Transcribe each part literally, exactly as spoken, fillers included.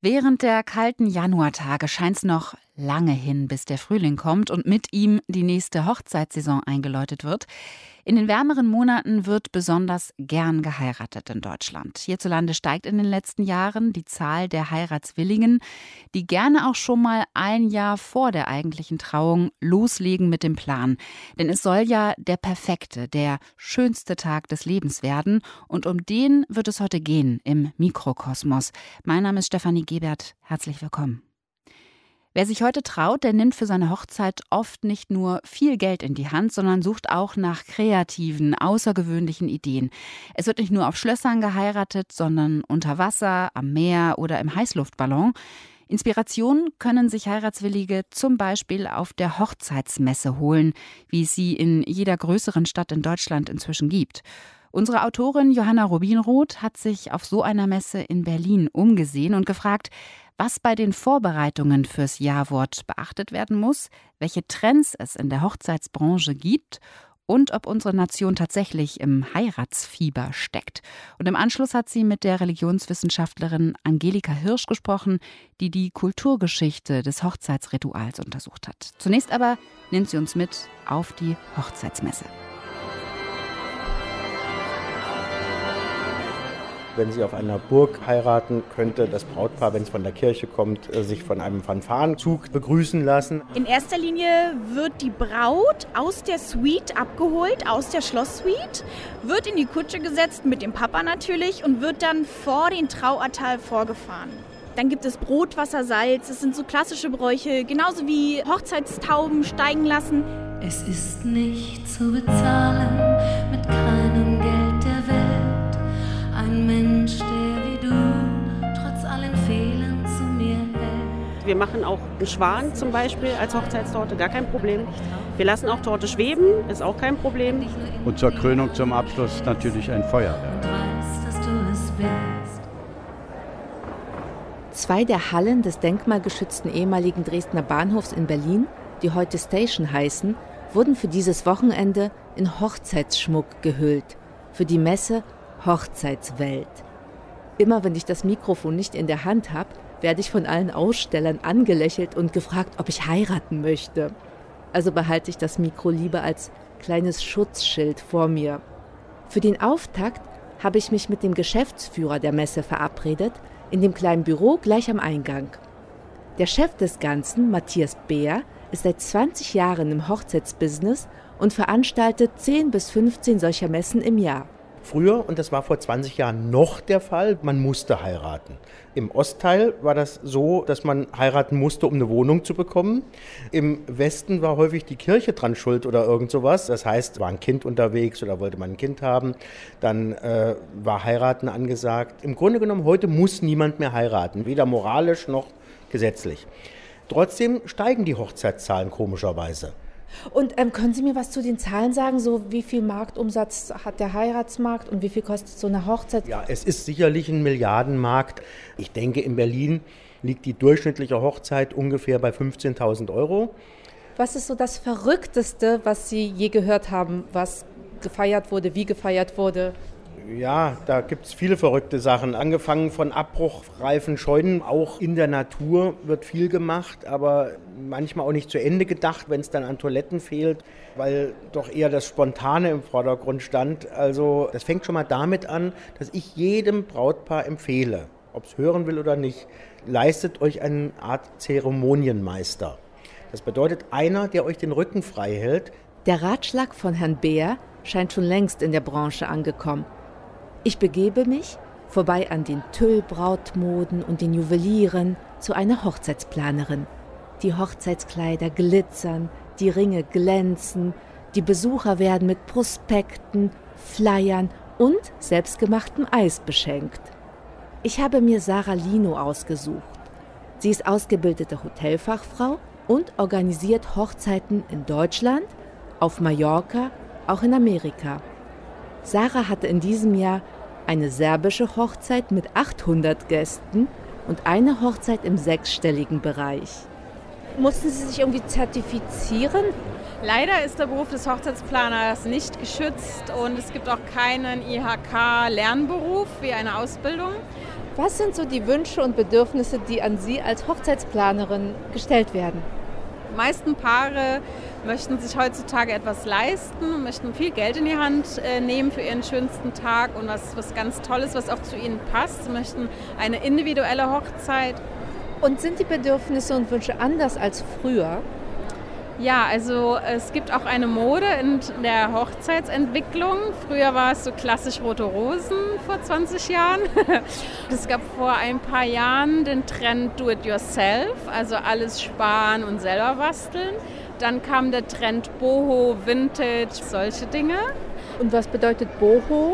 Während der kalten Januartage scheint es noch lange hin, bis der Frühling kommt und mit ihm die nächste Hochzeitssaison eingeläutet wird. In den wärmeren Monaten wird besonders gern geheiratet in Deutschland. Hierzulande steigt in den letzten Jahren die Zahl der Heiratswilligen, die gerne auch schon mal ein Jahr vor der eigentlichen Trauung loslegen mit dem Plan. Denn es soll ja der perfekte, der schönste Tag des Lebens werden. Und um den wird es heute gehen im Mikrokosmos. Mein Name ist Stefanie Gebert. Herzlich willkommen. Wer sich heute traut, der nimmt für seine Hochzeit oft nicht nur viel Geld in die Hand, sondern sucht auch nach kreativen, außergewöhnlichen Ideen. Es wird nicht nur auf Schlössern geheiratet, sondern unter Wasser, am Meer oder im Heißluftballon. Inspiration können sich Heiratswillige zum Beispiel auf der Hochzeitsmesse holen, wie es sie in jeder größeren Stadt in Deutschland inzwischen gibt. Unsere Autorin Johanna Rubinroth hat sich auf so einer Messe in Berlin umgesehen und gefragt, was bei den Vorbereitungen fürs Jawort beachtet werden muss, welche Trends es in der Hochzeitsbranche gibt und ob unsere Nation tatsächlich im Heiratsfieber steckt. Und im Anschluss hat sie mit der Religionswissenschaftlerin Angelika Hirsch gesprochen, die die Kulturgeschichte des Hochzeitsrituals untersucht hat. Zunächst aber nimmt sie uns mit auf die Hochzeitsmesse. Wenn Sie auf einer Burg heiraten, könnte das Brautpaar, wenn es von der Kirche kommt, sich von einem Fanfarenzug begrüßen lassen. In erster Linie wird die Braut aus der Suite abgeholt, aus der Schlosssuite, wird in die Kutsche gesetzt, mit dem Papa natürlich, und wird dann vor den Traualtar vorgefahren. Dann gibt es Brot, Wasser, Salz, das sind so klassische Bräuche, genauso wie Hochzeitstauben steigen lassen. Es ist nicht zu bezahlen mit keinem Geld der Welt. Ein Mensch, der wie du trotz allen Fehlern zu mir hält. Wir machen auch einen Schwan zum Beispiel als Hochzeitstorte, gar kein Problem. Wir lassen auch Torte schweben, ist auch kein Problem. Und zur Krönung zum Abschluss natürlich ein Feuerwerk. Und weiß, dass du es bist. Zwei der Hallen des denkmalgeschützten ehemaligen Dresdner Bahnhofs in Berlin, die heute Station heißen, wurden für dieses Wochenende in Hochzeitsschmuck gehüllt. Für die Messe Hochzeitswelt. Immer wenn ich das Mikrofon nicht in der Hand habe, werde ich von allen Ausstellern angelächelt und gefragt, ob ich heiraten möchte. Also behalte ich das Mikro lieber als kleines Schutzschild vor mir. Für den Auftakt habe ich mich mit dem Geschäftsführer der Messe verabredet, in dem kleinen Büro gleich am Eingang. Der Chef des Ganzen, Matthias Beer, ist seit zwanzig Jahren im Hochzeitsbusiness und veranstaltet zehn bis fünfzehn solcher Messen im Jahr. Früher, und das war vor zwanzig Jahren noch der Fall, man musste heiraten. Im Ostteil war das so, dass man heiraten musste, um eine Wohnung zu bekommen. Im Westen war häufig die Kirche dran schuld oder irgend sowas. Das heißt, war ein Kind unterwegs oder wollte man ein Kind haben, dann äh, war heiraten angesagt. Im Grunde genommen, heute muss niemand mehr heiraten, weder moralisch noch gesetzlich. Trotzdem steigen die Hochzeitszahlen komischerweise. Und ähm, können Sie mir was zu den Zahlen sagen? So wie viel Marktumsatz hat der Heiratsmarkt und wie viel kostet so eine Hochzeit? Ja, es ist sicherlich ein Milliardenmarkt. Ich denke, in Berlin liegt die durchschnittliche Hochzeit ungefähr bei fünfzehntausend Euro. Was ist so das Verrückteste, was Sie je gehört haben, was gefeiert wurde, wie gefeiert wurde? Ja, da gibt es viele verrückte Sachen. Angefangen von abbruchreifen Scheunen, auch in der Natur wird viel gemacht, aber manchmal auch nicht zu Ende gedacht, wenn es dann an Toiletten fehlt, weil doch eher das Spontane im Vordergrund stand. Also das fängt schon mal damit an, dass ich jedem Brautpaar empfehle, ob es hören will oder nicht, leistet euch eine Art Zeremonienmeister. Das bedeutet einer, der euch den Rücken frei hält. Der Ratschlag von Herrn Beer scheint schon längst in der Branche angekommen. Ich begebe mich, vorbei an den Tüllbrautmoden und den Juwelieren, zu einer Hochzeitsplanerin. Die Hochzeitskleider glitzern, die Ringe glänzen, die Besucher werden mit Prospekten, Flyern und selbstgemachtem Eis beschenkt. Ich habe mir Sarah Lino ausgesucht. Sie ist ausgebildete Hotelfachfrau und organisiert Hochzeiten in Deutschland, auf Mallorca, auch in Amerika. Sarah hatte in diesem Jahr eine serbische Hochzeit mit achthundert Gästen und eine Hochzeit im sechsstelligen Bereich. Mussten Sie sich irgendwie zertifizieren? Leider ist der Beruf des Hochzeitsplaners nicht geschützt und es gibt auch keinen I H K-Lernberuf wie eine Ausbildung. Was sind so die Wünsche und Bedürfnisse, die an Sie als Hochzeitsplanerin gestellt werden? Die meisten Paare möchten sich heutzutage etwas leisten, möchten viel Geld in die Hand äh, nehmen für ihren schönsten Tag und was, was ganz Tolles, was auch zu ihnen passt. Sie möchten eine individuelle Hochzeit. Und sind die Bedürfnisse und Wünsche anders als früher? Ja, also es gibt auch eine Mode in der Hochzeitsentwicklung. Früher war es so klassisch rote Rosen vor zwanzig Jahren. Es gab vor ein paar Jahren den Trend Do-it-yourself, also alles sparen und selber basteln. Dann kam der Trend Boho, Vintage, solche Dinge. Und was bedeutet Boho?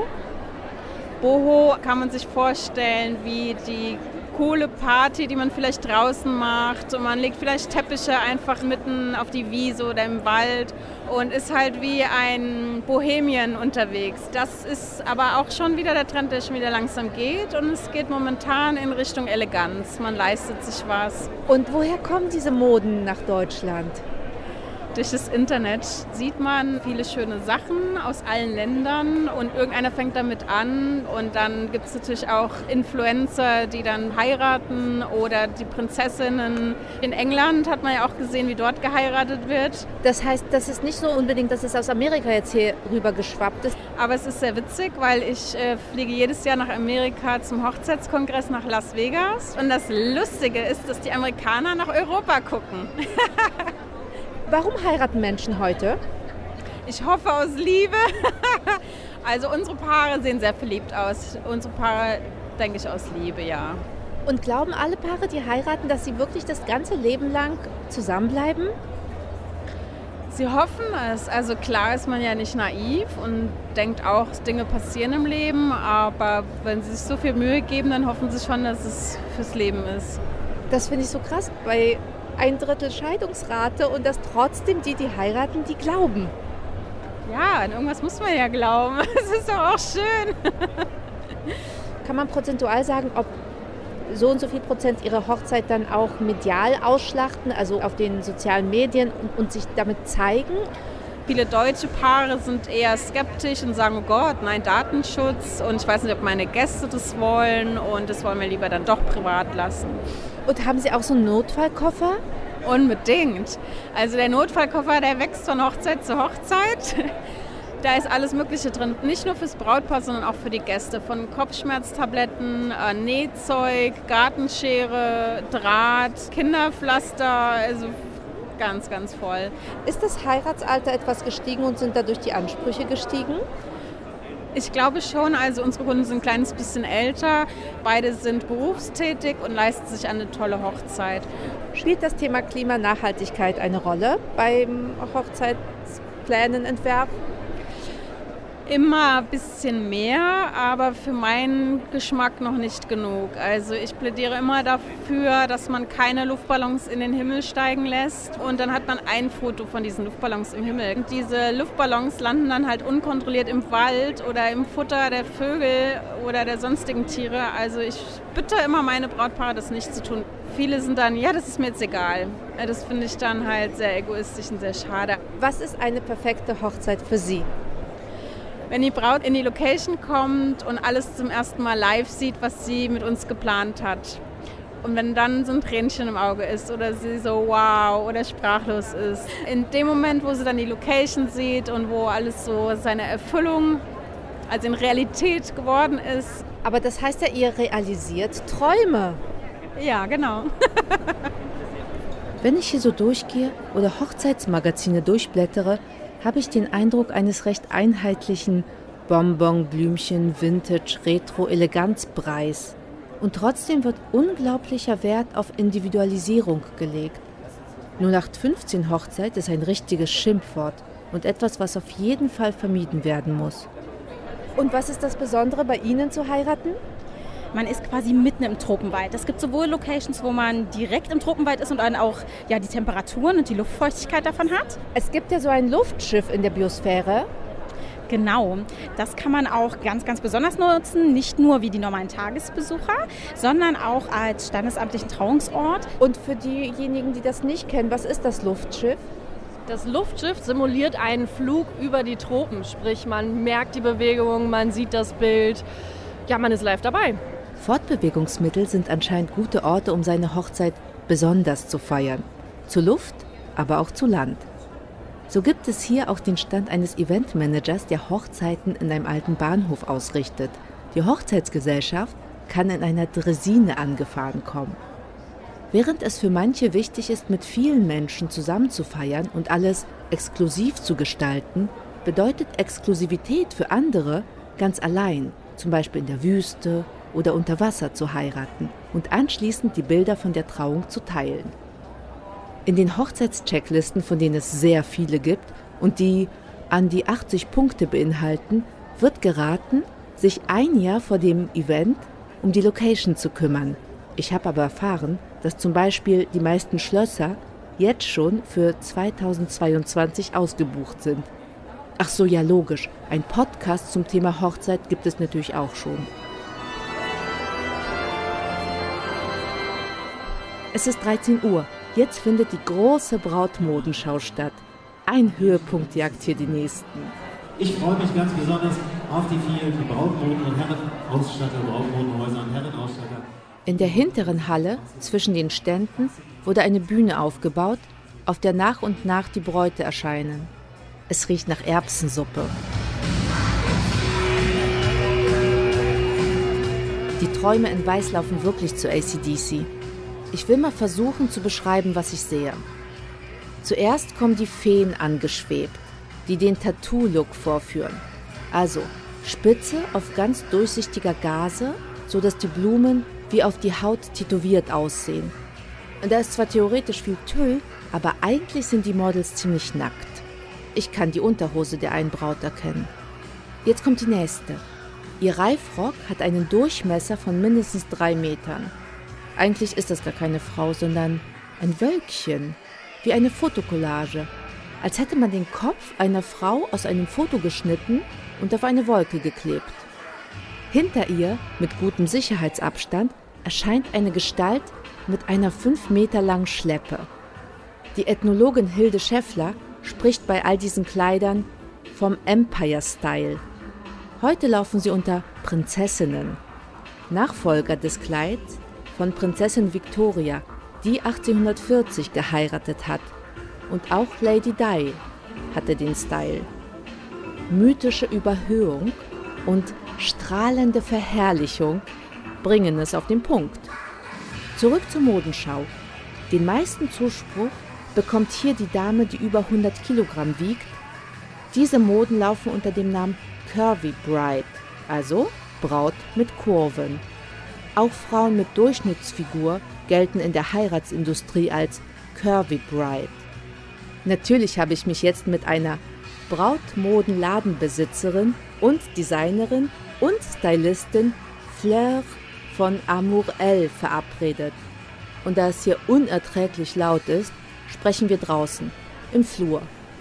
Boho kann man sich vorstellen wie die coole Party, die man vielleicht draußen macht und man legt vielleicht Teppiche einfach mitten auf die Wiese oder im Wald und ist halt wie ein Bohemien unterwegs. Das ist aber auch schon wieder der Trend, der schon wieder langsam geht und es geht momentan in Richtung Eleganz. Man leistet sich was. Und woher kommen diese Moden nach Deutschland? Durch das Internet sieht man viele schöne Sachen aus allen Ländern und irgendeiner fängt damit an und dann gibt es natürlich auch Influencer, die dann heiraten oder die Prinzessinnen. In England hat man ja auch gesehen, wie dort geheiratet wird. Das heißt, das ist nicht so unbedingt, dass es aus Amerika jetzt hier rüber geschwappt ist. Aber es ist sehr witzig, weil ich äh, fliege jedes Jahr nach Amerika zum Hochzeitskongress nach Las Vegas und das Lustige ist, dass die Amerikaner nach Europa gucken. Warum heiraten Menschen heute? Ich hoffe aus Liebe. Also unsere Paare sehen sehr verliebt aus. Unsere Paare, denke ich, aus Liebe, ja. Und glauben alle Paare, die heiraten, dass sie wirklich das ganze Leben lang zusammenbleiben? Sie hoffen es. Also klar ist man ja nicht naiv und denkt auch, Dinge passieren im Leben. Aber wenn sie sich so viel Mühe geben, dann hoffen sie schon, dass es fürs Leben ist. Das finde ich so krass. Bei ein Drittel Scheidungsrate und dass trotzdem die, die heiraten, die glauben. Ja, an irgendwas muss man ja glauben. Das ist doch auch schön. Kann man prozentual sagen, ob so und so viel Prozent ihre Hochzeit dann auch medial ausschlachten, also auf den sozialen Medien und, und sich damit zeigen? Viele deutsche Paare sind eher skeptisch und sagen, oh Gott, nein, Datenschutz und ich weiß nicht, ob meine Gäste das wollen und das wollen wir lieber dann doch privat lassen. Und haben Sie auch so einen Notfallkoffer? Unbedingt. Also der Notfallkoffer, der wächst von Hochzeit zu Hochzeit. Da ist alles Mögliche drin. Nicht nur fürs Brautpaar, sondern auch für die Gäste. Von Kopfschmerztabletten, Nähzeug, Gartenschere, Draht, Kinderpflaster, also ganz, ganz voll. Ist das Heiratsalter etwas gestiegen und sind dadurch die Ansprüche gestiegen? Ich glaube schon, also unsere Kunden sind ein kleines bisschen älter, beide sind berufstätig und leisten sich eine tolle Hochzeit. Spielt das Thema Klimanachhaltigkeit eine Rolle beim Hochzeitsplänen entwerfen? Immer ein bisschen mehr, aber für meinen Geschmack noch nicht genug. Also ich plädiere immer dafür, dass man keine Luftballons in den Himmel steigen lässt und dann hat man ein Foto von diesen Luftballons im Himmel. Und diese Luftballons landen dann halt unkontrolliert im Wald oder im Futter der Vögel oder der sonstigen Tiere. Also ich bitte immer meine Brautpaare, das nicht zu tun. Viele sind dann, ja, das ist mir jetzt egal. Das finde ich dann halt sehr egoistisch und sehr schade. Was ist eine perfekte Hochzeit für Sie? Wenn die Braut in die Location kommt und alles zum ersten Mal live sieht, was sie mit uns geplant hat. Und wenn dann so ein Tränchen im Auge ist oder sie so wow oder sprachlos ist. In dem Moment, wo sie dann die Location sieht und wo alles so seine Erfüllung, also in Realität geworden ist. Aber das heißt ja, ihr realisiert Träume. Ja, genau. Wenn ich hier so durchgehe oder Hochzeitsmagazine durchblättere, habe ich den Eindruck eines recht einheitlichen Bonbon, Blümchen, Vintage, Retro, Eleganzpreis. Und trotzdem wird unglaublicher Wert auf Individualisierung gelegt. null acht fünfzehn Hochzeit ist ein richtiges Schimpfwort und etwas, was auf jeden Fall vermieden werden muss. Und was ist das Besondere bei Ihnen zu heiraten? Man ist quasi mitten im Tropenwald. Es gibt sowohl Locations, wo man direkt im Tropenwald ist und dann auch ja, die Temperaturen und die Luftfeuchtigkeit davon hat. Es gibt ja so ein Luftschiff in der Biosphäre. Genau, das kann man auch ganz, ganz besonders nutzen, nicht nur wie die normalen Tagesbesucher, sondern auch als standesamtlichen Trauungsort. Und für diejenigen, die das nicht kennen, was ist das Luftschiff? Das Luftschiff simuliert einen Flug über die Tropen, sprich man merkt die Bewegung, man sieht das Bild, ja, man ist live dabei. Fortbewegungsmittel sind anscheinend gute Orte, um seine Hochzeit besonders zu feiern. Zu Luft, aber auch zu Land. So gibt es hier auch den Stand eines Eventmanagers, der Hochzeiten in einem alten Bahnhof ausrichtet. Die Hochzeitsgesellschaft kann in einer Draisine angefahren kommen. Während es für manche wichtig ist, mit vielen Menschen zusammen zu feiern und alles exklusiv zu gestalten, bedeutet Exklusivität für andere, ganz allein, zum Beispiel in der Wüste oder unter Wasser zu heiraten und anschließend die Bilder von der Trauung zu teilen. In den Hochzeitschecklisten, von denen es sehr viele gibt und die an die achtzig Punkte beinhalten, wird geraten, sich ein Jahr vor dem Event um die Location zu kümmern. Ich habe aber erfahren, dass zum Beispiel die meisten Schlösser jetzt schon für zweitausendzweiundzwanzig ausgebucht sind. Ach so, ja logisch, ein Podcast zum Thema Hochzeit gibt es natürlich auch schon. Es ist dreizehn Uhr. Jetzt findet die große Brautmodenschau statt. Ein Höhepunkt jagt hier die nächsten. Ich freue mich ganz besonders auf die vielen Brautmoden- und Herrenausstatter, Brautmodenhäuser und Herrenausstatter. In der hinteren Halle, zwischen den Ständen, wurde eine Bühne aufgebaut, auf der nach und nach die Bräute erscheinen. Es riecht nach Erbsensuppe. Die Träume in Weiß laufen wirklich zu A C D C. Ich will mal versuchen zu beschreiben, was ich sehe. Zuerst kommen die Feen angeschwebt, die den Tattoo-Look vorführen. Also Spitze auf ganz durchsichtiger Gaze, sodass die Blumen wie auf die Haut tätowiert aussehen. Und da ist zwar theoretisch viel Tüll, aber eigentlich sind die Models ziemlich nackt. Ich kann die Unterhose der einen Braut erkennen. Jetzt kommt die nächste. Ihr Reifrock hat einen Durchmesser von mindestens drei Metern. Eigentlich ist das gar keine Frau, sondern ein Wölkchen, wie eine Fotokollage. Als hätte man den Kopf einer Frau aus einem Foto geschnitten und auf eine Wolke geklebt. Hinter ihr, mit gutem Sicherheitsabstand, erscheint eine Gestalt mit einer fünf Meter langen Schleppe. Die Ethnologin Hilde Scheffler spricht bei all diesen Kleidern vom Empire-Style. Heute laufen sie unter Prinzessinnen. Nachfolger des Kleids von Prinzessin Victoria, die achtzehnhundertvierzig geheiratet hat. Und auch Lady Di hatte den Style. Mythische Überhöhung und strahlende Verherrlichung bringen es auf den Punkt. Zurück zur Modenschau. Den meisten Zuspruch bekommt hier die Dame, die über hundert Kilogramm wiegt. Diese Moden laufen unter dem Namen Curvy Bride, also Braut mit Kurven. Auch Frauen mit Durchschnittsfigur gelten in der Heiratsindustrie als Curvy Bride. Natürlich habe ich mich jetzt mit einer Brautmodenladenbesitzerin und Designerin und Stylistin Fleur von Amour Elle verabredet. Und da es hier unerträglich laut ist, sprechen wir draußen, im Flur.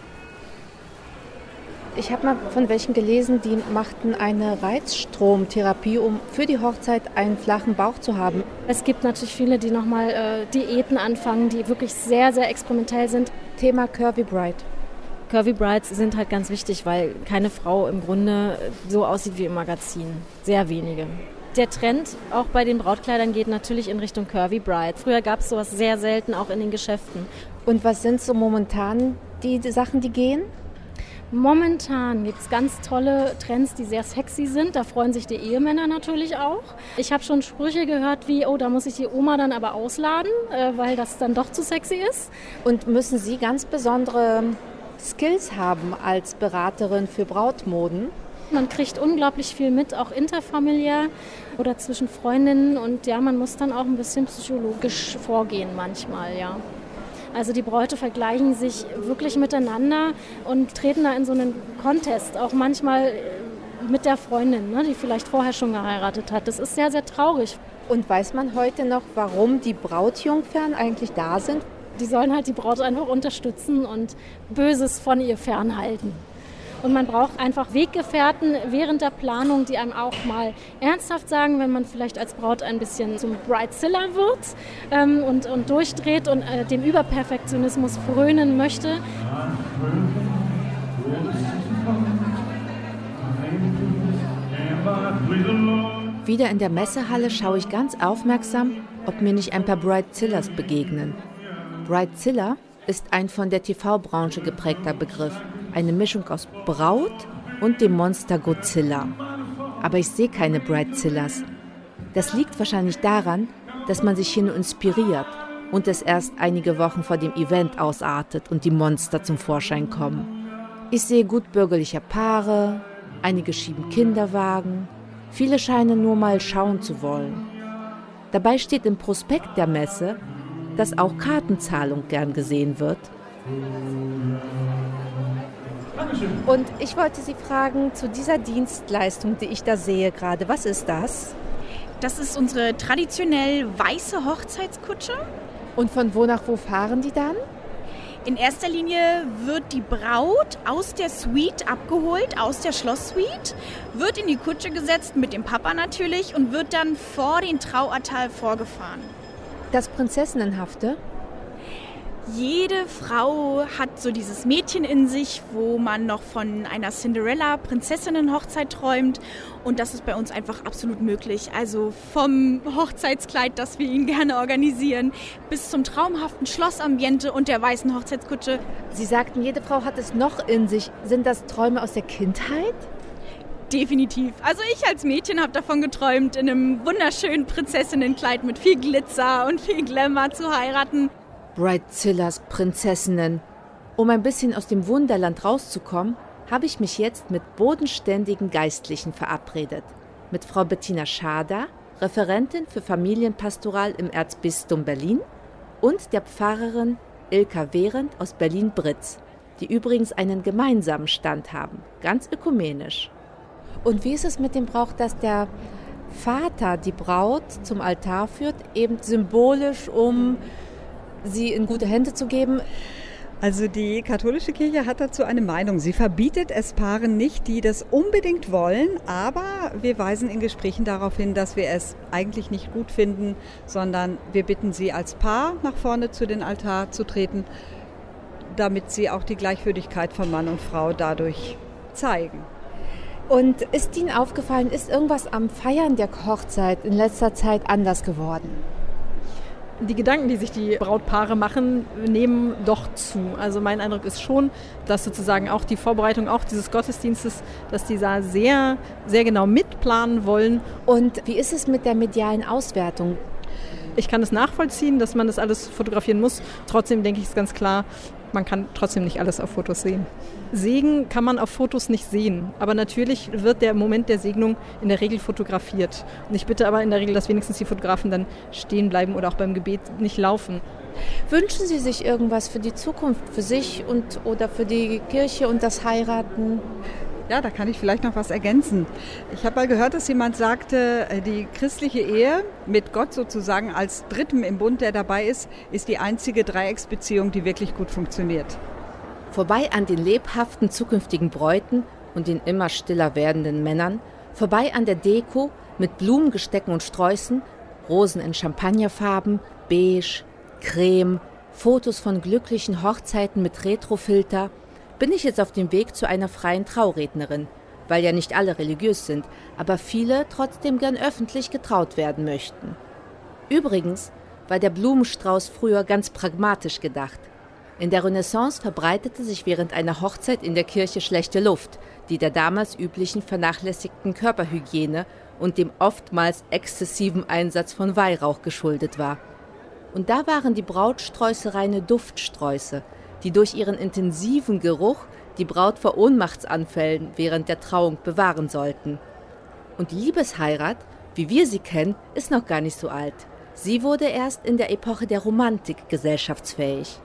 Ich habe mal von welchen gelesen, die machten eine Reizstromtherapie, um für die Hochzeit einen flachen Bauch zu haben. Es gibt natürlich viele, die nochmal äh, Diäten anfangen, die wirklich sehr, sehr experimentell sind. Thema Curvy Bride. Curvy Brides sind halt ganz wichtig, weil keine Frau im Grunde so aussieht wie im Magazin. Sehr wenige. Der Trend auch bei den Brautkleidern geht natürlich in Richtung Curvy Bride. Früher gab es sowas sehr selten auch in den Geschäften. Und was sind so momentan die, die Sachen, die gehen? Momentan gibt es ganz tolle Trends, die sehr sexy sind. Da freuen sich die Ehemänner natürlich auch. Ich habe schon Sprüche gehört wie, oh, da muss ich die Oma dann aber ausladen, äh, weil das dann doch zu sexy ist. Und müssen Sie ganz besondere Skills haben als Beraterin für Brautmoden? Man kriegt unglaublich viel mit, auch interfamiliär oder zwischen Freundinnen. Und ja, man muss dann auch ein bisschen psychologisch vorgehen manchmal, ja. Also die Bräute vergleichen sich wirklich miteinander und treten da in so einen Contest, auch manchmal mit der Freundin, ne, die vielleicht vorher schon geheiratet hat. Das ist sehr, sehr traurig. Und weiß man heute noch, warum die Brautjungfern eigentlich da sind? Die sollen halt die Braut einfach unterstützen und Böses von ihr fernhalten. Und man braucht einfach Weggefährten während der Planung, die einem auch mal ernsthaft sagen, wenn man vielleicht als Braut ein bisschen zum Bridezilla wird ähm, und, und durchdreht und äh, dem Überperfektionismus frönen möchte. Wieder in der Messehalle schaue ich ganz aufmerksam, ob mir nicht ein paar Bridezillas begegnen. Bridezilla ist ein von der T V-Branche geprägter Begriff, eine Mischung aus Braut und dem Monster Godzilla. Aber ich sehe keine Bridezillas. Das liegt wahrscheinlich daran, dass man sich hier nur inspiriert und es erst einige Wochen vor dem Event ausartet und die Monster zum Vorschein kommen. Ich sehe gut bürgerliche Paare, einige schieben Kinderwagen, viele scheinen nur mal schauen zu wollen. Dabei steht im Prospekt der Messe, dass auch Kartenzahlung gern gesehen wird. Und ich wollte Sie fragen, zu dieser Dienstleistung, die ich da sehe gerade, was ist das? Das ist unsere traditionell weiße Hochzeitskutsche. Und von wo nach wo fahren die dann? In erster Linie wird die Braut aus der Suite abgeholt, aus der Schlosssuite, wird in die Kutsche gesetzt, mit dem Papa natürlich, und wird dann vor den Traualtar vorgefahren. Das Prinzessinnenhafte? Jede Frau hat so dieses Mädchen in sich, wo man noch von einer Cinderella-Prinzessinnen-Hochzeit träumt. Und das ist bei uns einfach absolut möglich. Also vom Hochzeitskleid, das wir Ihnen gerne organisieren, bis zum traumhaften Schlossambiente und der weißen Hochzeitskutsche. Sie sagten, jede Frau hat es noch in sich. Sind das Träume aus der Kindheit? Definitiv. Also ich als Mädchen habe davon geträumt, in einem wunderschönen Prinzessinnenkleid mit viel Glitzer und viel Glamour zu heiraten. Bridezillas, Prinzessinnen. Um ein bisschen aus dem Wunderland rauszukommen, habe ich mich jetzt mit bodenständigen Geistlichen verabredet. Mit Frau Bettina Schader, Referentin für Familienpastoral im Erzbistum Berlin, und der Pfarrerin Ilka Wehrendt aus Berlin-Britz, die übrigens einen gemeinsamen Stand haben, ganz ökumenisch. Und wie ist es mit dem Brauch, dass der Vater die Braut zum Altar führt, eben symbolisch, um sie in gute Hände zu geben? Also die katholische Kirche hat dazu eine Meinung. Sie verbietet es Paaren nicht, die das unbedingt wollen, aber wir weisen in Gesprächen darauf hin, dass wir es eigentlich nicht gut finden, sondern wir bitten sie als Paar nach vorne zu den Altar zu treten, damit sie auch die Gleichwürdigkeit von Mann und Frau dadurch zeigen. Und ist Ihnen aufgefallen, ist irgendwas am Feiern der Hochzeit in letzter Zeit anders geworden? Die Gedanken, die sich die Brautpaare machen, nehmen doch zu. Also mein Eindruck ist schon, dass sozusagen auch die Vorbereitung auch dieses Gottesdienstes, dass die da sehr, sehr genau mitplanen wollen. Und wie ist es mit der medialen Auswertung? Ich kann es nachvollziehen, dass man das alles fotografieren muss. Trotzdem denke ich, ist ganz klar, man kann trotzdem nicht alles auf Fotos sehen. Segen kann man auf Fotos nicht sehen, aber natürlich wird der Moment der Segnung in der Regel fotografiert. Und ich bitte aber in der Regel, dass wenigstens die Fotografen dann stehen bleiben oder auch beim Gebet nicht laufen. Wünschen Sie sich irgendwas für die Zukunft, für sich und oder für die Kirche und das Heiraten? Ja, da kann ich vielleicht noch was ergänzen. Ich habe mal gehört, dass jemand sagte, die christliche Ehe mit Gott sozusagen als Dritten im Bund, der dabei ist, ist die einzige Dreiecksbeziehung, die wirklich gut funktioniert. Vorbei an den lebhaften zukünftigen Bräuten und den immer stiller werdenden Männern, vorbei an der Deko mit Blumengestecken und Sträußen, Rosen in Champagnerfarben, beige, creme, Fotos von glücklichen Hochzeiten mit Retrofilter, bin ich jetzt auf dem Weg zu einer freien Traurednerin, weil ja nicht alle religiös sind, aber viele trotzdem gern öffentlich getraut werden möchten. Übrigens war der Blumenstrauß früher ganz pragmatisch gedacht. In der Renaissance verbreitete sich während einer Hochzeit in der Kirche schlechte Luft, die der damals üblichen vernachlässigten Körperhygiene und dem oftmals exzessiven Einsatz von Weihrauch geschuldet war. Und da waren die Brautsträuße reine Duftsträuße, die durch ihren intensiven Geruch die Braut vor Ohnmachtsanfällen während der Trauung bewahren sollten. Und die Liebesheirat, wie wir sie kennen, ist noch gar nicht so alt. Sie wurde erst in der Epoche der Romantik gesellschaftsfähig.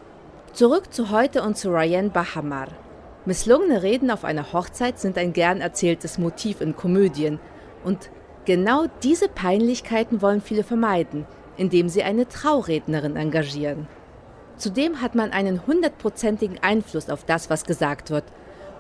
Zurück zu heute und zu Rayen Bahamar. Misslungene Reden auf einer Hochzeit sind ein gern erzähltes Motiv in Komödien. Und genau diese Peinlichkeiten wollen viele vermeiden, indem sie eine Traurednerin engagieren. Zudem hat man einen hundertprozentigen Einfluss auf das, was gesagt wird.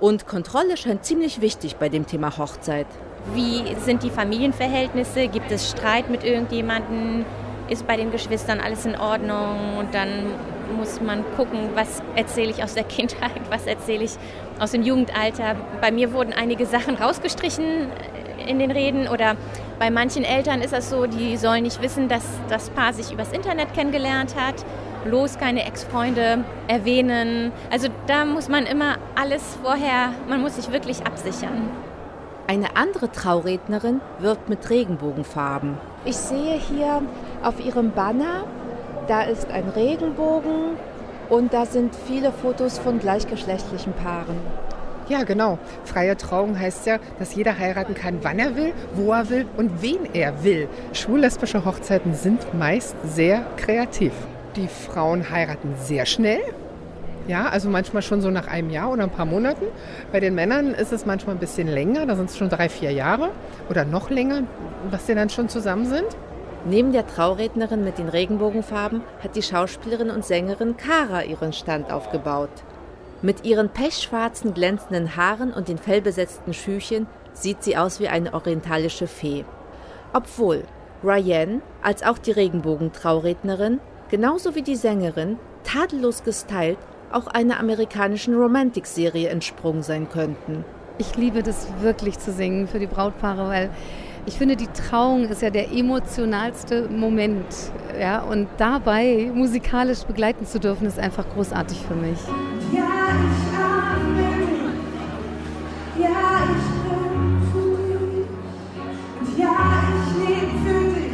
Und Kontrolle scheint ziemlich wichtig bei dem Thema Hochzeit. Wie sind die Familienverhältnisse? Gibt es Streit mit irgendjemandem? Ist bei den Geschwistern alles in Ordnung? Und dann muss man gucken, was erzähle ich aus der Kindheit, was erzähle ich aus dem Jugendalter. Bei mir wurden einige Sachen rausgestrichen in den Reden oder bei manchen Eltern ist das so, die sollen nicht wissen, dass das Paar sich übers Internet kennengelernt hat. Bloß keine Ex-Freunde erwähnen. Also da muss man immer alles vorher, man muss sich wirklich absichern. Eine andere Traurednerin wirbt mit Regenbogenfarben. Ich sehe hier auf ihrem Banner, da ist ein Regenbogen und da sind viele Fotos von gleichgeschlechtlichen Paaren. Ja, genau. Freie Trauung heißt ja, dass jeder heiraten kann, wann er will, wo er will und wen er will. Schwul-lesbische Hochzeiten sind meist sehr kreativ. Die Frauen heiraten sehr schnell. Ja, also manchmal schon so nach einem Jahr oder ein paar Monaten. Bei den Männern ist es manchmal ein bisschen länger, da sind es schon drei, vier Jahre oder noch länger, was sie dann schon zusammen sind. Neben der Traurednerin mit den Regenbogenfarben hat die Schauspielerin und Sängerin Kara ihren Stand aufgebaut. Mit ihren pechschwarzen, glänzenden Haaren und den fellbesetzten Schüchen sieht sie aus wie eine orientalische Fee. Obwohl Ryan, als auch die Regenbogentraurednerin, genauso wie die Sängerin, tadellos gestylt, auch einer amerikanischen Romantic-Serie entsprungen sein könnten. Ich liebe das wirklich zu singen für die Brautpaare, weil ich finde, die Trauung ist ja der emotionalste Moment. Ja? Und dabei musikalisch begleiten zu dürfen, ist einfach großartig für mich. Ja, ich atme, ja, ich bin für dich, und ja, ich lebe für dich,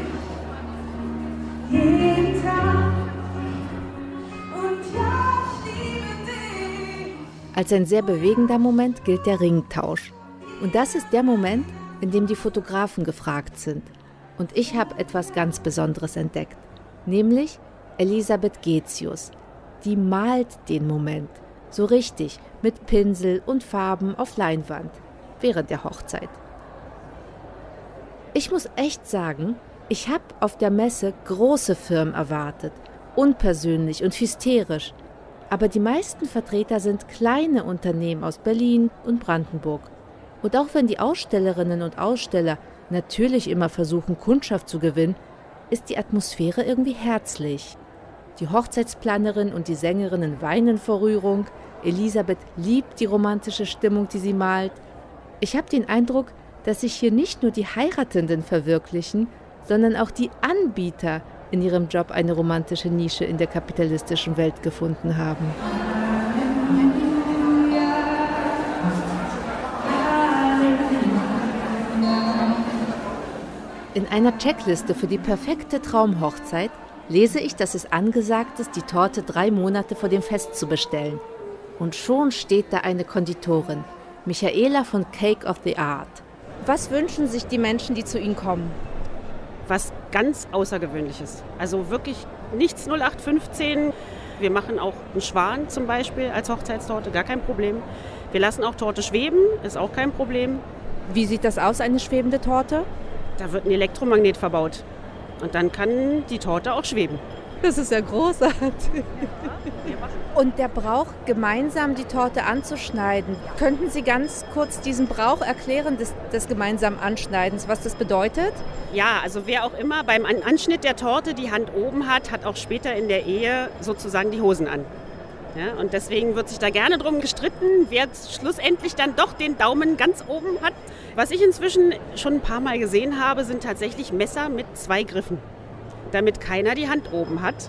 jeden Tag, und ja, ich liebe dich. Als ein sehr bewegender Moment gilt der Ringtausch. Und das ist der Moment, in dem die Fotografen gefragt sind. Und ich habe etwas ganz Besonderes entdeckt, nämlich Elisabeth Getius. Die malt den Moment, so richtig, mit Pinsel und Farben auf Leinwand, während der Hochzeit. Ich muss echt sagen, ich habe auf der Messe große Firmen erwartet, unpersönlich und hysterisch. Aber die meisten Vertreter sind kleine Unternehmen aus Berlin und Brandenburg. Und auch wenn die Ausstellerinnen und Aussteller natürlich immer versuchen, Kundschaft zu gewinnen, ist die Atmosphäre irgendwie herzlich. Die Hochzeitsplanerin und die Sängerinnen weinen vor Rührung. Elisabeth liebt die romantische Stimmung, die sie malt. Ich habe den Eindruck, dass sich hier nicht nur die Heiratenden verwirklichen, sondern auch die Anbieter in ihrem Job eine romantische Nische in der kapitalistischen Welt gefunden haben. In einer Checkliste für die perfekte Traumhochzeit lese ich, dass es angesagt ist, die Torte drei Monate vor dem Fest zu bestellen. Und schon steht da eine Konditorin, Michaela von Cake of the Art. Was wünschen sich die Menschen, die zu Ihnen kommen? Was ganz Außergewöhnliches. Also wirklich nichts null acht fünfzehn. Wir machen auch einen Schwan zum Beispiel als Hochzeitstorte, gar kein Problem. Wir lassen auch Torte schweben, ist auch kein Problem. Wie sieht das aus, eine schwebende Torte? Da wird ein Elektromagnet verbaut und dann kann die Torte auch schweben. Das ist ja großartig. Und der Brauch, gemeinsam die Torte anzuschneiden. Könnten Sie ganz kurz diesen Brauch erklären des, des gemeinsamen Anschneidens, was das bedeutet? Ja, also wer auch immer beim Anschnitt der Torte die Hand oben hat, hat auch später in der Ehe sozusagen die Hosen an. Ja, und deswegen wird sich da gerne drum gestritten, wer schlussendlich dann doch den Daumen ganz oben hat. Was ich inzwischen schon ein paar Mal gesehen habe, sind tatsächlich Messer mit zwei Griffen, damit keiner die Hand oben hat.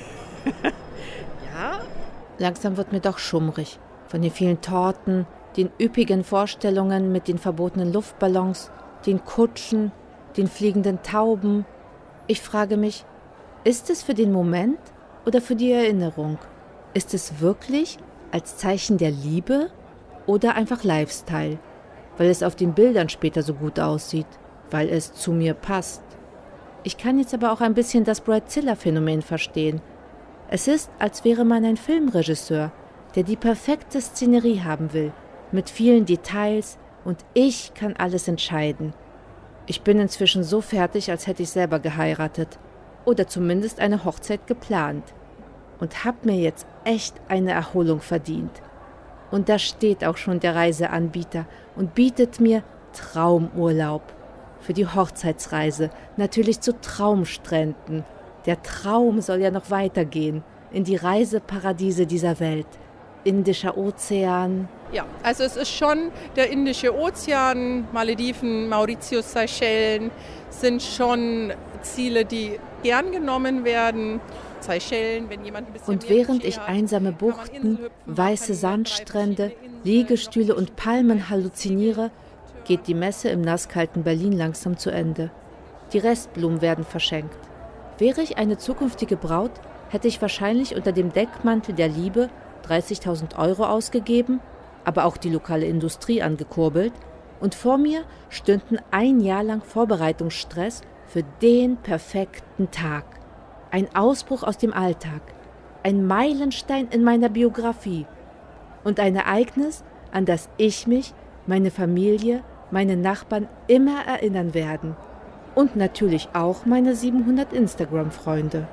Ja. Langsam wird mir doch schummrig von den vielen Torten, den üppigen Vorstellungen mit den verbotenen Luftballons, den Kutschen, den fliegenden Tauben. Ich frage mich, ist es für den Moment oder für die Erinnerung? Ist es wirklich als Zeichen der Liebe oder einfach Lifestyle, weil es auf den Bildern später so gut aussieht, weil es zu mir passt? Ich kann jetzt aber auch ein bisschen das Bridezilla-Phänomen verstehen. Es ist, als wäre man ein Filmregisseur, der die perfekte Szenerie haben will, mit vielen Details, und ich kann alles entscheiden. Ich bin inzwischen so fertig, als hätte ich selber geheiratet oder zumindest eine Hochzeit geplant und habe mir jetzt echt eine Erholung verdient. Und da steht auch schon der Reiseanbieter und bietet mir Traumurlaub für die Hochzeitsreise, natürlich zu Traumstränden. Der Traum soll ja noch weitergehen in die Reiseparadiese dieser Welt. Indischer Ozean. Ja, also es ist schon der Indische Ozean, Malediven, Mauritius, Seychellen sind schon Ziele, die gern genommen werden. Seychellen, wenn jemand ein bisschen Und während ich einsame Buchten, weiße Sandstrände, Liegestühle und Palmen halluziniere, geht die Messe im nasskalten Berlin langsam zu Ende. Die Restblumen werden verschenkt. Wäre ich eine zukünftige Braut, hätte ich wahrscheinlich unter dem Deckmantel der Liebe dreißigtausend Euro ausgegeben, aber auch die lokale Industrie angekurbelt, und vor mir stünden ein Jahr lang Vorbereitungsstress für den perfekten Tag. Ein Ausbruch aus dem Alltag, ein Meilenstein in meiner Biografie und ein Ereignis, an das ich mich, meine Familie, meine Nachbarn immer erinnern werden. Und natürlich auch meine siebenhundert Instagram-Freunde.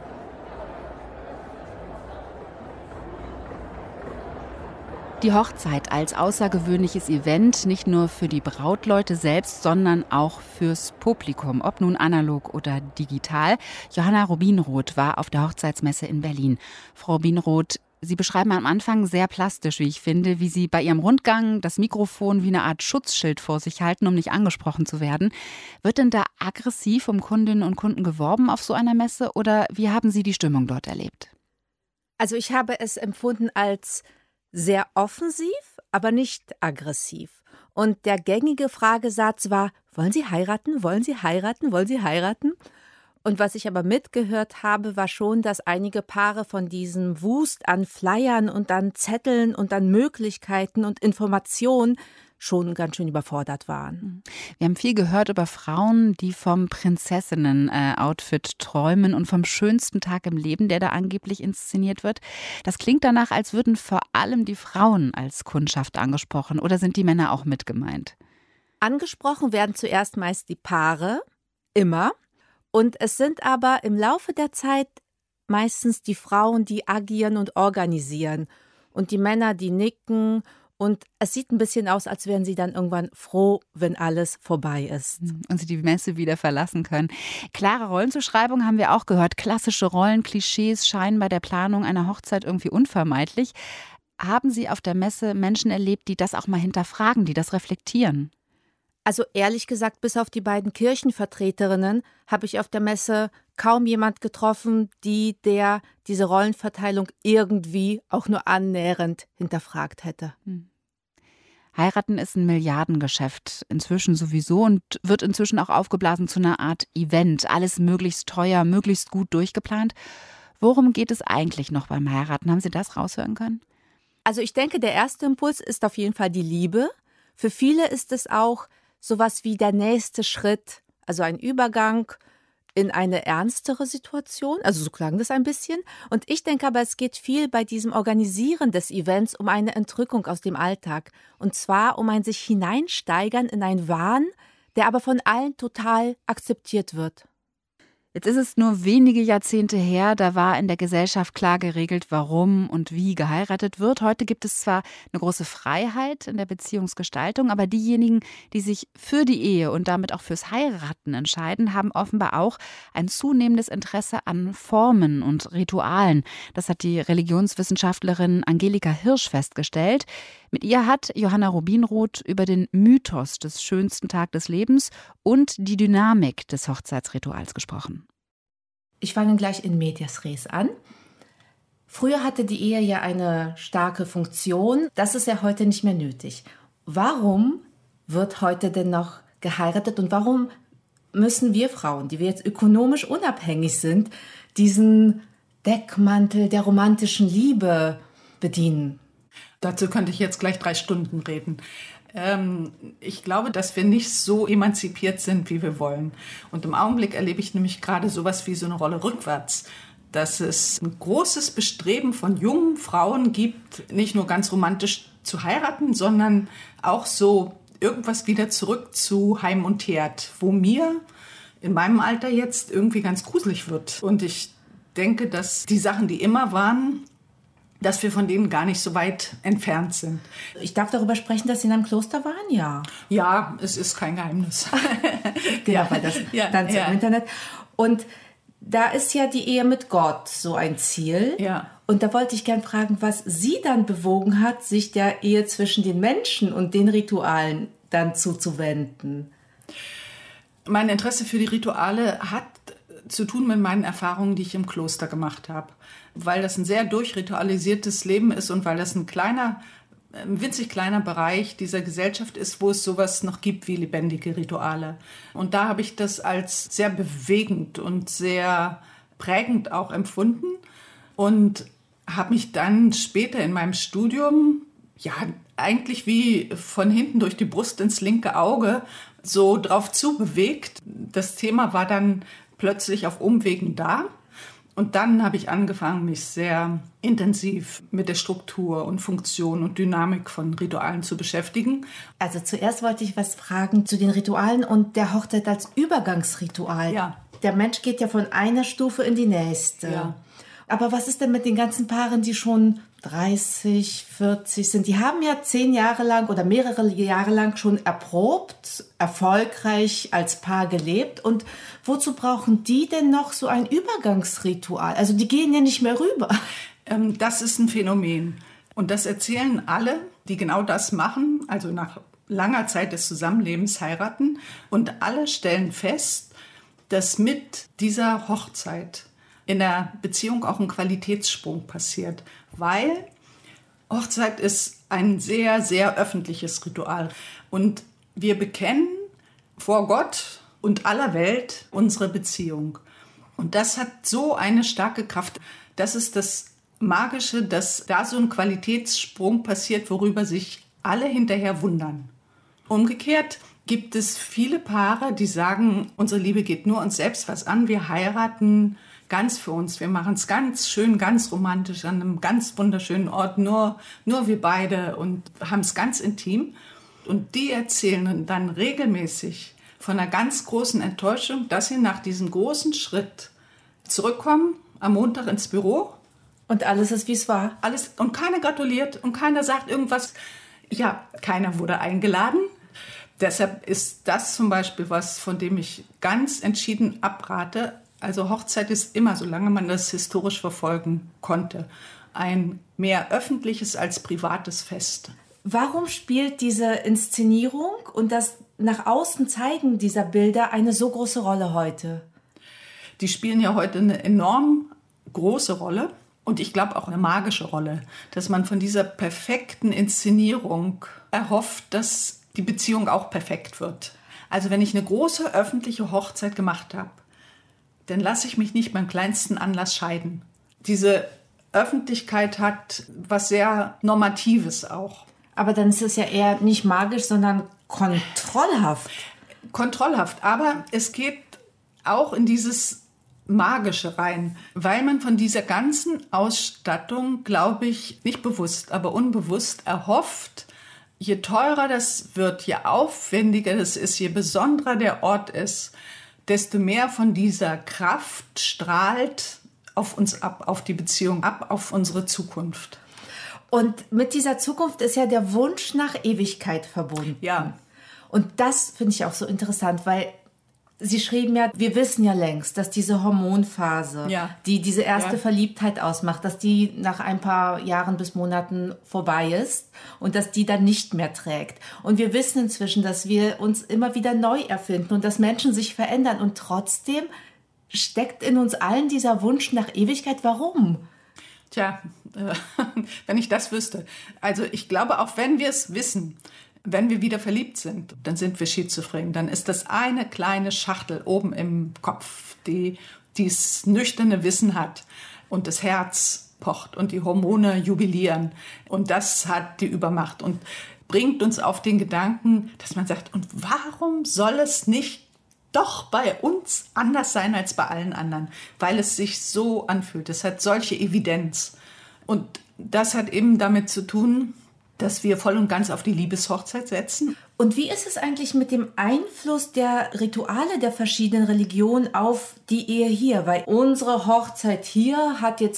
Die Hochzeit als außergewöhnliches Event, nicht nur für die Brautleute selbst, sondern auch fürs Publikum, ob nun analog oder digital. Johanna Rubinroth war auf der Hochzeitsmesse in Berlin. Frau Rubinroth, Sie beschreiben am Anfang sehr plastisch, wie ich finde, wie Sie bei Ihrem Rundgang das Mikrofon wie eine Art Schutzschild vor sich halten, um nicht angesprochen zu werden. Wird denn da aggressiv um Kundinnen und Kunden geworben auf so einer Messe oder wie haben Sie die Stimmung dort erlebt? Also ich habe es empfunden als sehr offensiv, aber nicht aggressiv. Und der gängige Fragesatz war, wollen Sie heiraten, wollen Sie heiraten, wollen Sie heiraten? Und was ich aber mitgehört habe, war schon, dass einige Paare von diesem Wust an Flyern und an Zetteln und an Möglichkeiten und Informationen schon ganz schön überfordert waren. Wir haben viel gehört über Frauen, die vom Prinzessinnen-Outfit träumen und vom schönsten Tag im Leben, der da angeblich inszeniert wird. Das klingt danach, als würden vor allem die Frauen als Kundschaft angesprochen. Oder sind die Männer auch mit gemeint? Angesprochen werden zuerst meist die Paare, immer. Und es sind aber im Laufe der Zeit meistens die Frauen, die agieren und organisieren. Und die Männer, die nicken. Und es sieht ein bisschen aus, als wären sie dann irgendwann froh, wenn alles vorbei ist. Und sie die Messe wieder verlassen können. Klare Rollenzuschreibung haben wir auch gehört. Klassische Rollenklischees scheinen bei der Planung einer Hochzeit irgendwie unvermeidlich. Haben Sie auf der Messe Menschen erlebt, die das auch mal hinterfragen, die das reflektieren? Also ehrlich gesagt, bis auf die beiden Kirchenvertreterinnen habe ich auf der Messe kaum jemand getroffen, die der diese Rollenverteilung irgendwie auch nur annähernd hinterfragt hätte. Hm. Heiraten ist ein Milliardengeschäft, inzwischen sowieso, und wird inzwischen auch aufgeblasen zu einer Art Event. Alles möglichst teuer, möglichst gut durchgeplant. Worum geht es eigentlich noch beim Heiraten? Haben Sie das raushören können? Also ich denke, der erste Impuls ist auf jeden Fall die Liebe. Für viele ist es auch sowas wie der nächste Schritt, also ein Übergang in eine ernstere Situation, also so klang das ein bisschen. Und ich denke aber, es geht viel bei diesem Organisieren des Events um eine Entrückung aus dem Alltag. Und zwar um ein sich hineinsteigern in einen Wahn, der aber von allen total akzeptiert wird. Jetzt ist es nur wenige Jahrzehnte her, da war in der Gesellschaft klar geregelt, warum und wie geheiratet wird. Heute gibt es zwar eine große Freiheit in der Beziehungsgestaltung, aber diejenigen, die sich für die Ehe und damit auch fürs Heiraten entscheiden, haben offenbar auch ein zunehmendes Interesse an Formen und Ritualen. Das hat die Religionswissenschaftlerin Angelika Hirsch festgestellt. Mit ihr hat Johanna Rubinroth über den Mythos des schönsten Tages des Lebens und die Dynamik des Hochzeitsrituals gesprochen. Ich fange gleich in medias res an. Früher hatte die Ehe ja eine starke Funktion. Das ist ja heute nicht mehr nötig. Warum wird heute denn noch geheiratet und warum müssen wir Frauen, die wir jetzt ökonomisch unabhängig sind, diesen Deckmantel der romantischen Liebe bedienen? Dazu könnte ich jetzt gleich drei Stunden reden. Ähm, ich glaube, dass wir nicht so emanzipiert sind, wie wir wollen. Und im Augenblick erlebe ich nämlich gerade sowas wie so eine Rolle rückwärts. Dass es ein großes Bestreben von jungen Frauen gibt, nicht nur ganz romantisch zu heiraten, sondern auch so irgendwas wieder zurück zu Heim und Herd, wo mir in meinem Alter jetzt irgendwie ganz gruselig wird. Und ich denke, dass die Sachen, die immer waren, dass wir von denen gar nicht so weit entfernt sind. Ich darf darüber sprechen, dass Sie in einem Kloster waren, ja? Ja, es ist kein Geheimnis. Genau, ja, weil das ja, dann ja. im Internet. Und da ist ja die Ehe mit Gott so ein Ziel. Ja. Und da wollte ich gern fragen, was Sie dann bewogen hat, sich der Ehe zwischen den Menschen und den Ritualen dann zuzuwenden. Mein Interesse für die Rituale hat zu tun mit meinen Erfahrungen, die ich im Kloster gemacht habe. Weil das ein sehr durchritualisiertes Leben ist und weil das ein kleiner, ein winzig kleiner Bereich dieser Gesellschaft ist, wo es sowas noch gibt wie lebendige Rituale. Und da habe ich das als sehr bewegend und sehr prägend auch empfunden und habe mich dann später in meinem Studium, ja, eigentlich wie von hinten durch die Brust ins linke Auge so drauf zubewegt. Das Thema war dann plötzlich auf Umwegen da. Und dann habe ich angefangen, mich sehr intensiv mit der Struktur und Funktion und Dynamik von Ritualen zu beschäftigen. Also zuerst wollte ich was fragen zu den Ritualen und der Hochzeit als Übergangsritual. Ja. Der Mensch geht ja von einer Stufe in die nächste. Ja. Aber was ist denn mit den ganzen Paaren, die schon dreißig, vierzig sind? Die haben ja zehn Jahre lang oder mehrere Jahre lang schon erprobt, erfolgreich als Paar gelebt. Und wozu brauchen die denn noch so ein Übergangsritual? Also die gehen ja nicht mehr rüber. Ähm, das ist ein Phänomen. Und das erzählen alle, die genau das machen, also nach langer Zeit des Zusammenlebens heiraten. Und alle stellen fest, dass mit dieser Hochzeit in der Beziehung auch ein Qualitätssprung passiert, weil Hochzeit ist ein sehr, sehr öffentliches Ritual. Und wir bekennen vor Gott und aller Welt unsere Beziehung. Und das hat so eine starke Kraft. Das ist das Magische, dass da so ein Qualitätssprung passiert, worüber sich alle hinterher wundern. Umgekehrt gibt es viele Paare, die sagen, unsere Liebe geht nur uns selbst was an, wir heiraten ganz für uns. Wir machen es ganz schön, ganz romantisch an einem ganz wunderschönen Ort, nur, nur wir beide und haben es ganz intim. Und die erzählen dann regelmäßig von einer ganz großen Enttäuschung, dass sie nach diesem großen Schritt zurückkommen, am Montag ins Büro. Und alles ist, wie es war. Alles, und keiner gratuliert und keiner sagt irgendwas. Ja, keiner wurde eingeladen. Deshalb ist das zum Beispiel was, von dem ich ganz entschieden abrate. Also Hochzeit ist immer, solange man das historisch verfolgen konnte, ein mehr öffentliches als privates Fest. Warum spielt diese Inszenierung und das nach außen zeigen dieser Bilder eine so große Rolle heute? Die spielen ja heute eine enorm große Rolle und ich glaube auch eine magische Rolle, dass man von dieser perfekten Inszenierung erhofft, dass die Beziehung auch perfekt wird. Also wenn ich eine große öffentliche Hochzeit gemacht habe, dann lasse ich mich nicht beim kleinsten Anlass scheiden. Diese Öffentlichkeit hat was sehr Normatives auch. Aber dann ist es ja eher nicht magisch, sondern kontrollhaft. Kontrollhaft, aber es geht auch in dieses Magische rein, weil man von dieser ganzen Ausstattung, glaube ich, nicht bewusst, aber unbewusst erhofft, je teurer das wird, je aufwendiger das ist, je besonderer der Ort ist, desto mehr von dieser Kraft strahlt auf uns ab, auf die Beziehung ab, auf unsere Zukunft. Und mit dieser Zukunft ist ja der Wunsch nach Ewigkeit verbunden. Ja. Und das finde ich auch so interessant, weil Sie schrieben ja, wir wissen ja längst, dass diese Hormonphase, ja. die diese erste ja. Verliebtheit ausmacht, dass die nach ein paar Jahren bis Monaten vorbei ist und dass die dann nicht mehr trägt. Und wir wissen inzwischen, dass wir uns immer wieder neu erfinden und dass Menschen sich verändern. Und trotzdem steckt in uns allen dieser Wunsch nach Ewigkeit. Warum? Tja, äh, wenn ich das wüsste. Also ich glaube, auch wenn wir es wissen, wenn wir wieder verliebt sind, dann sind wir schizophren. Dann ist das eine kleine Schachtel oben im Kopf, die dieses nüchterne Wissen hat und das Herz pocht und die Hormone jubilieren. Und das hat die Übermacht und bringt uns auf den Gedanken, dass man sagt, und warum soll es nicht doch bei uns anders sein als bei allen anderen? Weil es sich so anfühlt. Es hat solche Evidenz. Und das hat eben damit zu tun, dass wir voll und ganz auf die Liebeshochzeit setzen. Und wie ist es eigentlich mit dem Einfluss der Rituale der verschiedenen Religionen auf die Ehe hier? Weil unsere Hochzeit hier hat jetzt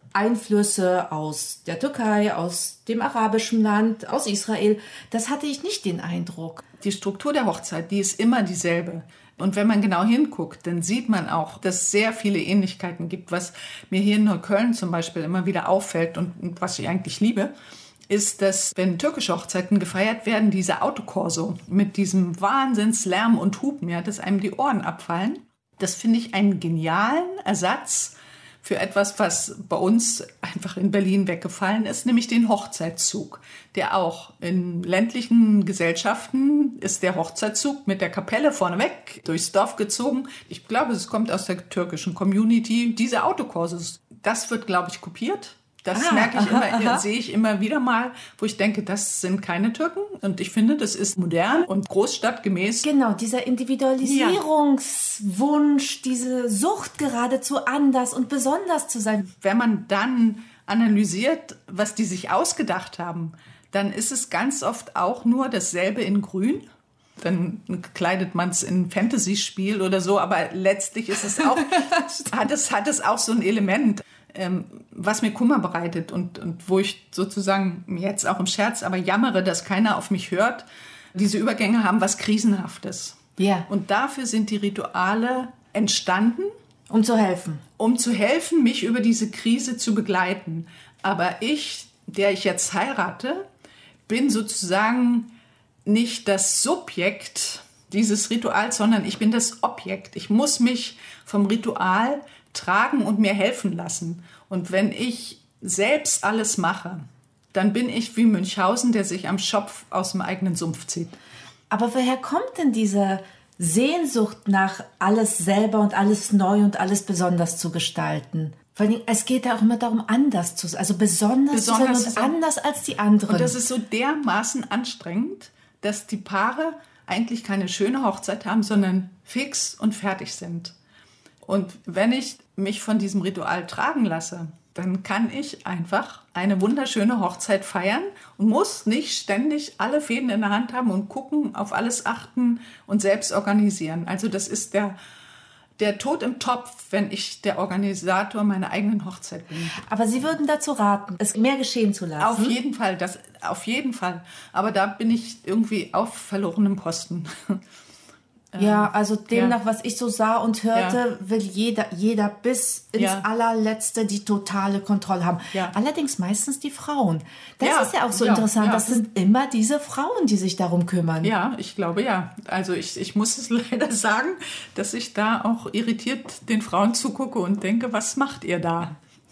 Einflüsse aus der Türkei, aus dem arabischen Land, aus Israel. Das hatte ich nicht den Eindruck. Die Struktur der Hochzeit, die ist immer dieselbe. Und wenn man genau hinguckt, dann sieht man auch, dass es sehr viele Ähnlichkeiten gibt. Was mir hier in Neukölln zum Beispiel immer wieder auffällt und, und was ich eigentlich liebe, ist, dass, wenn türkische Hochzeiten gefeiert werden, dieser Autokorso mit diesem Wahnsinnslärm und Hupen, ja, dass einem die Ohren abfallen. Das finde ich einen genialen Ersatz für etwas, was bei uns einfach in Berlin weggefallen ist, nämlich den Hochzeitszug, der auch in ländlichen Gesellschaften ist der Hochzeitszug mit der Kapelle vorneweg durchs Dorf gezogen. Ich glaube, es kommt aus der türkischen Community. Diese Autokurses, das wird, glaube ich, kopiert. Das ah, merke ich aha, immer, aha. sehe ich immer wieder mal, wo ich denke, das sind keine Türken. Und ich finde, das ist modern und großstadtgemäß. Genau, dieser Individualisierungswunsch, ja. diese Sucht geradezu anders und besonders zu sein. Wenn man dann analysiert, was die sich ausgedacht haben, dann ist es ganz oft auch nur dasselbe in Grün. Dann kleidet man es in ein Fantasy-Spiel oder so, aber letztlich ist es auch, hat es, hat es auch so ein Element, ähm, was mir Kummer bereitet und, und wo ich sozusagen jetzt auch im Scherz aber jammere, dass keiner auf mich hört. Diese Übergänge haben was Krisenhaftes. Ja. Und dafür sind die Rituale entstanden. Um zu helfen. Um zu helfen, mich über diese Krise zu begleiten. Aber ich, der ich jetzt heirate, bin sozusagen nicht das Subjekt dieses Rituals, sondern ich bin das Objekt. Ich muss mich vom Ritual tragen und mir helfen lassen. Und wenn ich selbst alles mache, dann bin ich wie Münchhausen, der sich am Schopf aus dem eigenen Sumpf zieht. Aber woher kommt denn diese Sehnsucht nach alles selber und alles neu und alles besonders zu gestalten? Vor allem, es geht ja auch immer darum, anders zu sein, also besonders, besonders zu sein und anders als die anderen. Und das ist so dermaßen anstrengend, dass die Paare eigentlich keine schöne Hochzeit haben, sondern fix und fertig sind. Und wenn ich mich von diesem Ritual tragen lasse, dann kann ich einfach eine wunderschöne Hochzeit feiern und muss nicht ständig alle Fäden in der Hand haben und gucken, auf alles achten und selbst organisieren. Also das ist der, der Tod im Topf, wenn ich der Organisator meiner eigenen Hochzeit bin. Aber Sie würden dazu raten, es mehr geschehen zu lassen? Auf jeden Fall, das, auf jeden Fall. Aber da bin ich irgendwie auf verlorenem Posten. Ja, also demnach, ja. was ich so sah und hörte, ja. will jeder, jeder bis ins ja. allerletzte die totale Kontrolle haben. Ja. Allerdings meistens die Frauen. Das ja. ist ja auch so ja. interessant. Ja. Das sind immer diese Frauen, die sich darum kümmern. Ja, ich glaube ja. Also ich, ich muss es leider sagen, dass ich da auch irritiert den Frauen zugucke und denke, was macht ihr da?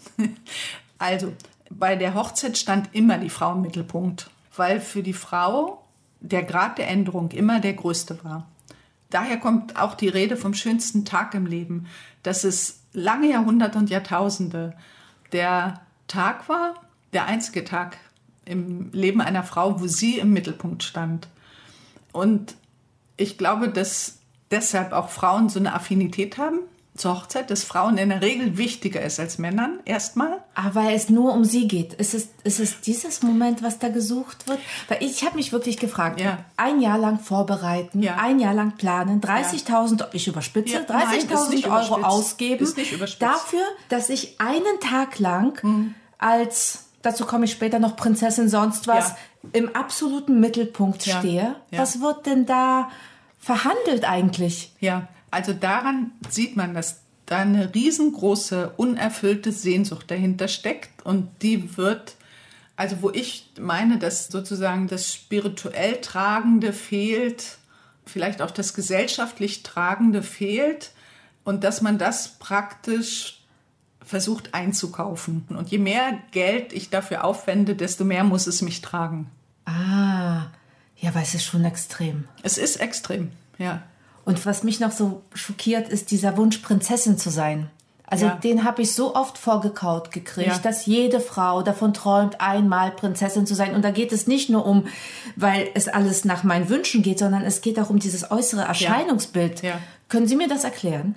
Also bei der Hochzeit stand immer die Frau im Mittelpunkt, weil für die Frau der Grad der Änderung immer der größte war. Daher kommt auch die Rede vom schönsten Tag im Leben, dass es lange Jahrhunderte und Jahrtausende der Tag war, der einzige Tag im Leben einer Frau, wo sie im Mittelpunkt stand. Und ich glaube, dass deshalb auch Frauen so eine Affinität haben zur Hochzeit, dass Frauen in der Regel wichtiger ist als Männern, erstmal. Aber weil es nur um sie geht. Ist es, ist es dieses Moment, was da gesucht wird? Weil ich habe mich wirklich gefragt, ja. ein Jahr lang vorbereiten, ja. ein Jahr lang planen, dreißigtausend, ja. ich überspitze, ja, dreißigtausend Euro ausgeben ist nicht überspitzt. Dafür, dass ich einen Tag lang mhm. als, dazu komme ich später noch, Prinzessin sonst was, ja. im absoluten Mittelpunkt ja. stehe. Ja. Was wird denn da verhandelt eigentlich? Ja. Also daran sieht man, dass da eine riesengroße, unerfüllte Sehnsucht dahinter steckt und die wird, also wo ich meine, dass sozusagen das spirituell Tragende fehlt, vielleicht auch das gesellschaftlich Tragende fehlt und dass man das praktisch versucht einzukaufen. Und je mehr Geld ich dafür aufwende, desto mehr muss es mich tragen. Ah, ja, weil es ist schon extrem. Es ist extrem, ja. Und was mich noch so schockiert, ist dieser Wunsch, Prinzessin zu sein. Also ja. den habe ich so oft vorgekaut gekriegt, ja. dass jede Frau davon träumt, einmal Prinzessin zu sein. Und da geht es nicht nur um, weil es alles nach meinen Wünschen geht, sondern es geht auch um dieses äußere Erscheinungsbild. Ja. Ja. Können Sie mir das erklären?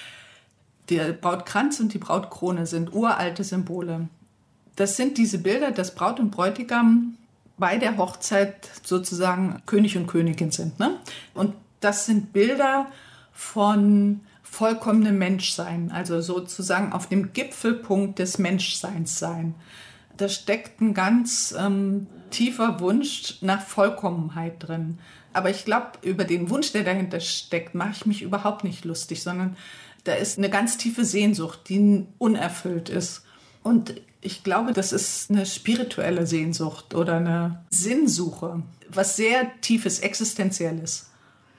Der Brautkranz und die Brautkrone sind uralte Symbole. Das sind diese Bilder, dass Braut und Bräutigam bei der Hochzeit sozusagen König und Königin sind. Ne? Und das sind Bilder von vollkommene Menschsein, also sozusagen auf dem Gipfelpunkt des Menschseins sein. Da steckt ein ganz ähm, tiefer Wunsch nach Vollkommenheit drin. Aber ich glaube, über den Wunsch, der dahinter steckt, mache ich mich überhaupt nicht lustig, sondern da ist eine ganz tiefe Sehnsucht, die unerfüllt ist. Und ich glaube, das ist eine spirituelle Sehnsucht oder eine Sinnsuche, was sehr tiefes, existenzielles.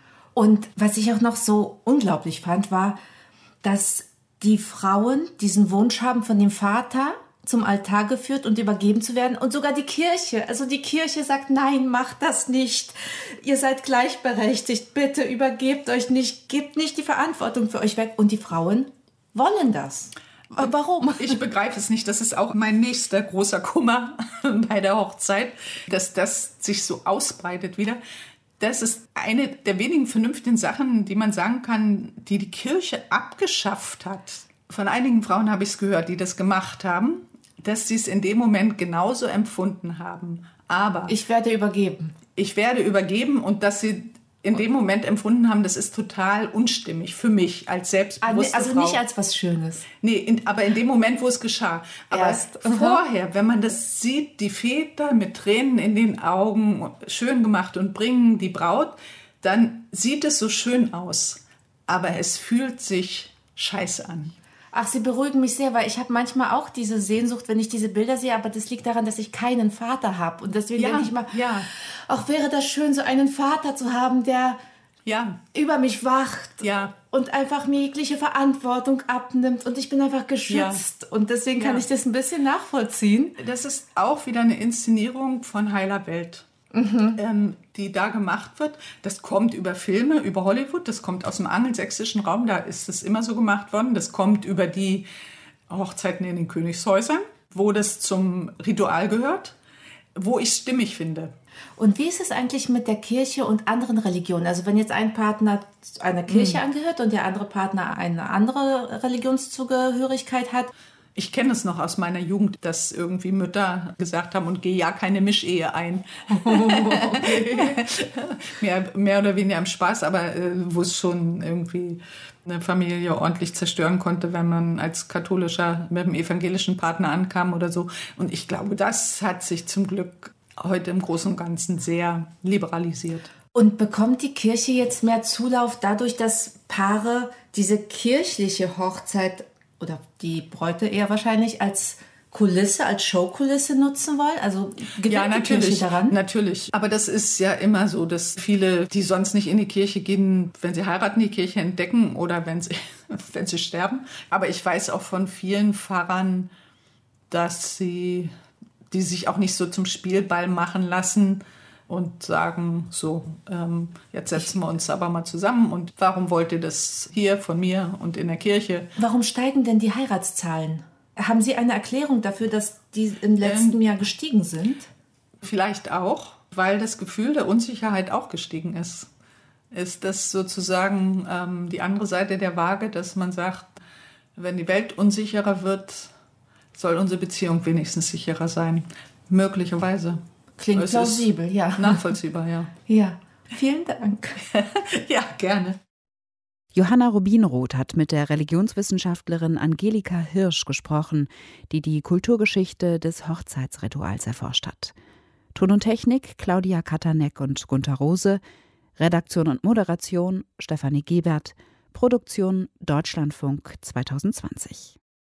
Und was ich auch noch so unglaublich fand, war, dass die Frauen diesen Wunsch haben, von dem Vater zum Altar geführt und übergeben zu werden. Und sogar die Kirche, also die Kirche sagt, nein, macht das nicht. Ihr seid gleichberechtigt, bitte übergebt euch nicht, gebt nicht die Verantwortung für euch weg. Und die Frauen wollen das. Warum? Ich begreife es nicht. Das ist auch mein nächster großer Kummer bei der Hochzeit, dass das sich so ausbreitet wieder. Das ist eine der wenigen vernünftigen Sachen, die man sagen kann, die die Kirche abgeschafft hat. Von einigen Frauen habe ich es gehört, die das gemacht haben, dass sie es in dem Moment genauso empfunden haben. Aber ich werde übergeben. Ich werde übergeben und dass sie in dem Moment empfunden haben, das ist total unstimmig für mich als selbstbewusste also Frau. Also nicht als was Schönes. Nee, in, aber in dem Moment, wo es geschah. Aber Erst. vorher, wenn man das sieht, die Väter mit Tränen in den Augen, schön gemacht und bringen die Braut, dann sieht es so schön aus. Aber es fühlt sich scheiße an. Ach, Sie beruhigen mich sehr, weil ich habe manchmal auch diese Sehnsucht, wenn ich diese Bilder sehe, aber das liegt daran, dass ich keinen Vater habe. Und deswegen ja, denke ich mal, ja. auch wäre das schön, so einen Vater zu haben, der ja. über mich wacht ja. und einfach mir jegliche Verantwortung abnimmt. Und ich bin einfach geschützt. Ja. Und deswegen kann ja. ich das ein bisschen nachvollziehen. Das ist auch wieder eine Inszenierung von heiler Welt. Mhm. Ähm, die da gemacht wird. Das kommt über Filme, über Hollywood, das kommt aus dem angelsächsischen Raum, da ist es immer so gemacht worden. Das kommt über die Hochzeiten in den Königshäusern, wo das zum Ritual gehört, wo ich es stimmig finde. Und wie ist es eigentlich mit der Kirche und anderen Religionen? Also wenn jetzt ein Partner einer Kirche mhm. angehört und der andere Partner eine andere Religionszugehörigkeit hat, ich kenne es noch aus meiner Jugend, dass irgendwie Mütter gesagt haben, und geh ja keine Mischehe ein. Okay. mehr, mehr oder weniger im Spaß, aber äh, wo es schon irgendwie eine Familie ordentlich zerstören konnte, wenn man als katholischer mit einem evangelischen Partner ankam oder so. Und ich glaube, das hat sich zum Glück heute im Großen und Ganzen sehr liberalisiert. Und bekommt die Kirche jetzt mehr Zulauf dadurch, dass Paare diese kirchliche Hochzeit oder die Bräute eher wahrscheinlich als Kulisse, als Showkulisse nutzen wollen? Also gewinnt ja, natürlich, die Kirche daran? Natürlich. Aber das ist ja immer so, dass viele, die sonst nicht in die Kirche gehen, wenn sie heiraten, die Kirche entdecken oder wenn sie, wenn sie sterben. Aber ich weiß auch von vielen Pfarrern, dass sie, die sich auch nicht so zum Spielball machen lassen und sagen, so, ähm, jetzt setzen wir uns aber mal zusammen. Und warum wollt ihr das hier von mir und in der Kirche? Warum steigen denn die Heiratszahlen? Haben Sie eine Erklärung dafür, dass die im letzten ähm, Jahr gestiegen sind? Vielleicht auch, weil das Gefühl der Unsicherheit auch gestiegen ist. Ist das sozusagen ähm, die andere Seite der Waage, dass man sagt, wenn die Welt unsicherer wird, soll unsere Beziehung wenigstens sicherer sein. Möglicherweise. Klingt es plausibel, ja. Nachvollziehbar, ja. Ja, vielen Dank. Ja, gerne. Johanna Rubinroth hat mit der Religionswissenschaftlerin Angelika Hirsch gesprochen, die die Kulturgeschichte des Hochzeitsrituals erforscht hat. Ton und Technik Claudia Katanek und Gunther Rose, Redaktion und Moderation Stefanie Gebert, Produktion Deutschlandfunk zwanzig zwanzig.